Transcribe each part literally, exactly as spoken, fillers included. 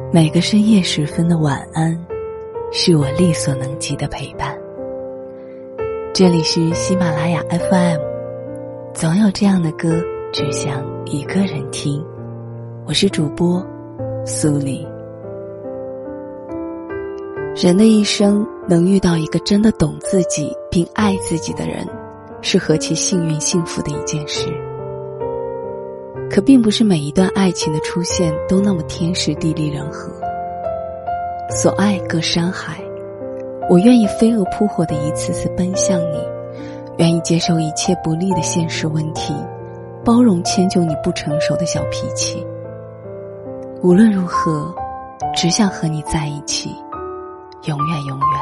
每个深夜时分的晚安，是我力所能及的陪伴。这里是喜马拉雅 F M， 总有这样的歌只想一个人听。我是主播苏黎。人的一生能遇到一个真的懂自己并爱自己的人，是何其幸运幸福的一件事。可并不是每一段爱情的出现都那么天时地利人和。所爱隔山海，我愿意飞蛾扑火的一次次奔向你，愿意接受一切不利的现实问题，包容迁就你不成熟的小脾气。无论如何，只想和你在一起，永远永远。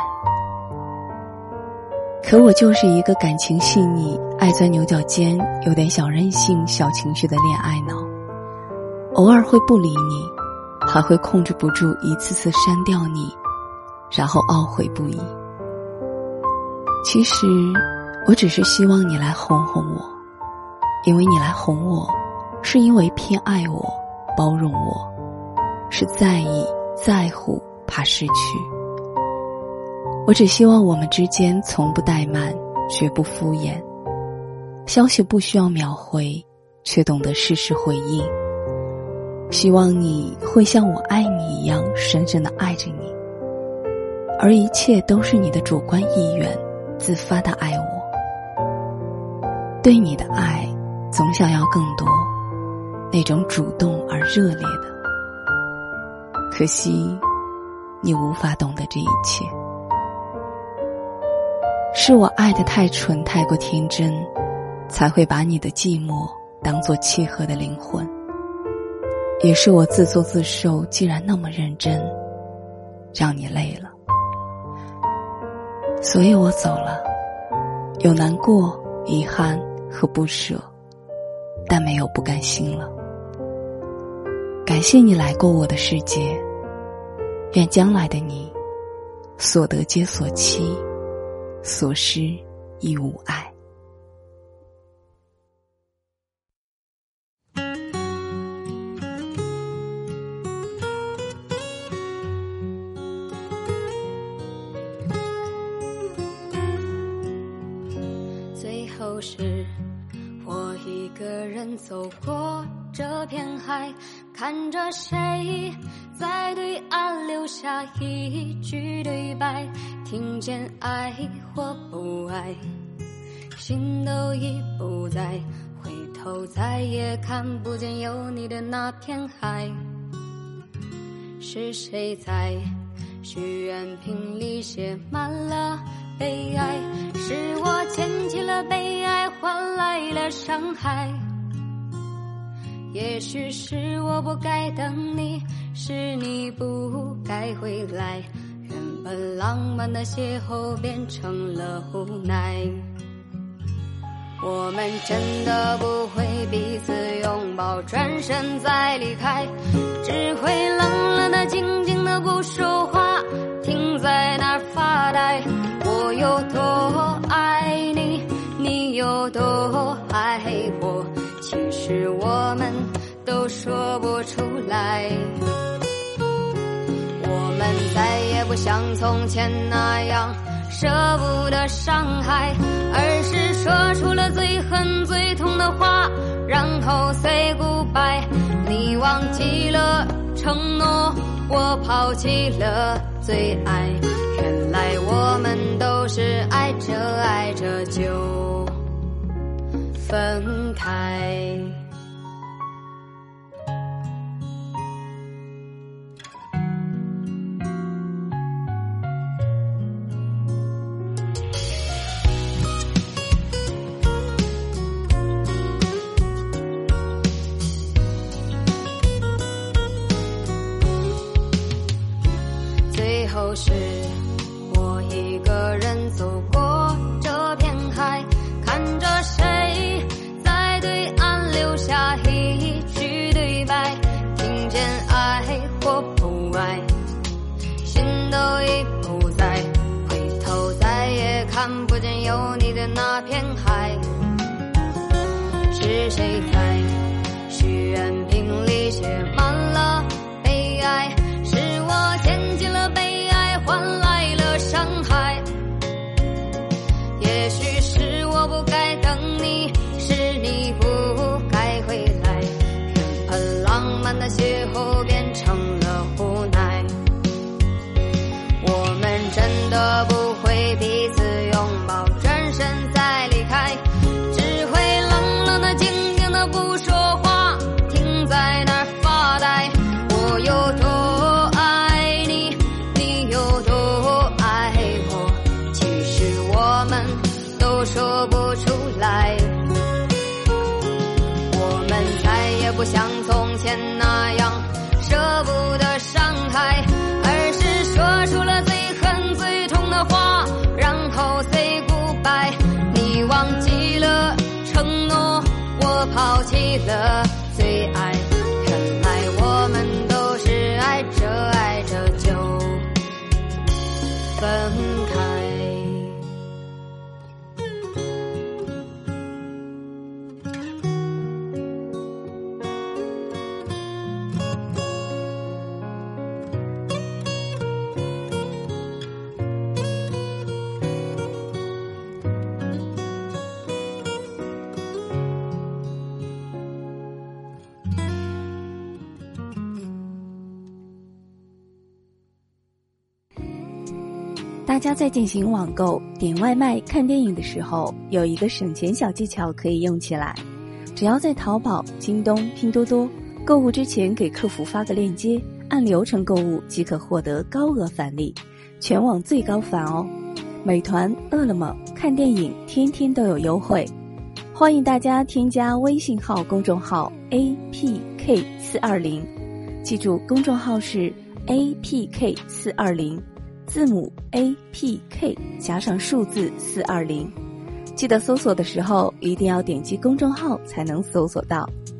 可我就是一个感情细腻、爱钻牛角尖、有点小任性、小情绪的恋爱脑，偶尔会不理你，还会控制不住一次次删掉你，然后懊悔不已。其实我只是希望你来哄哄我，因为你来哄我，是因为偏爱我、包容我，是在意、在乎，怕失去。我只希望我们之间从不怠慢，绝不敷衍，消息不需要秒回，却懂得适时回应。希望你会像我爱你一样深深地爱着你，而一切都是你的主观意愿，自发地爱我。对你的爱总想要更多，那种主动而热烈的。可惜你无法懂得这一切。是我爱得太纯太过天真，才会把你的寂寞当作契合的灵魂。也是我自作自受，既然那么认真，让你累了。所以我走了，有难过、遗憾和不舍，但没有不甘心了。感谢你来过我的世界，愿将来的你所得皆所期，所失亦无碍。 最后是我一个人走过这片海，看着谁在对岸留下一句对白，听见爱或不爱，心都已不在，回头再也看不见有你的那片海。是谁在许愿瓶里写满了悲哀，是我牵起了悲哀换来了伤害。也许是我不该等你，是你不该回来，原本浪漫的邂逅变成了无奈。我们真的不会彼此拥抱转身再离开，只会冷冷的静静的不说话，停在那儿发呆。我有多爱你，你有多爱我，其实我们都说不出来。我们再也不像从前那样舍不得伤害，而是说出了最恨最痛的话，然后 say goodbye。 你忘记了承诺，我抛弃了最爱，原来我们都是爱着爱着就分开。最后是我一个人走过这片海，看着谁在对岸留下一句对白，听见爱或不爱，心都已不在，回头再也看不见有你的那片海。是谁在许愿瓶里写满了悲哀，是部变成了无奈。我们真的不会彼此拥抱，转身再离开，只会冷冷的静静的不说话，停在那儿发呆。我有多爱你，你有多爱我，其实我们都说不出来。我们再也不像从前那样舍不得伤害，而是说出了最恨最痛的话，然后 say goodbye。 你忘记了承诺，我抛弃了最爱，原来我们都是爱着爱着就分开。 大家在进行网购、点外卖、看电影的时候，有一个省钱小技巧可以用起来。只要在淘宝、京东、拼多多购物之前给客服发个链接，按流程购物即可获得高额返利，全网最高返哦！美团、饿了么、看电影天天都有优惠，欢迎大家添加微信号公众号 A P K 四二零，记住公众号是 A P K 四二零。字母 A P K 加上数字四二零，记得搜索的时候一定要点击公众号才能搜索到。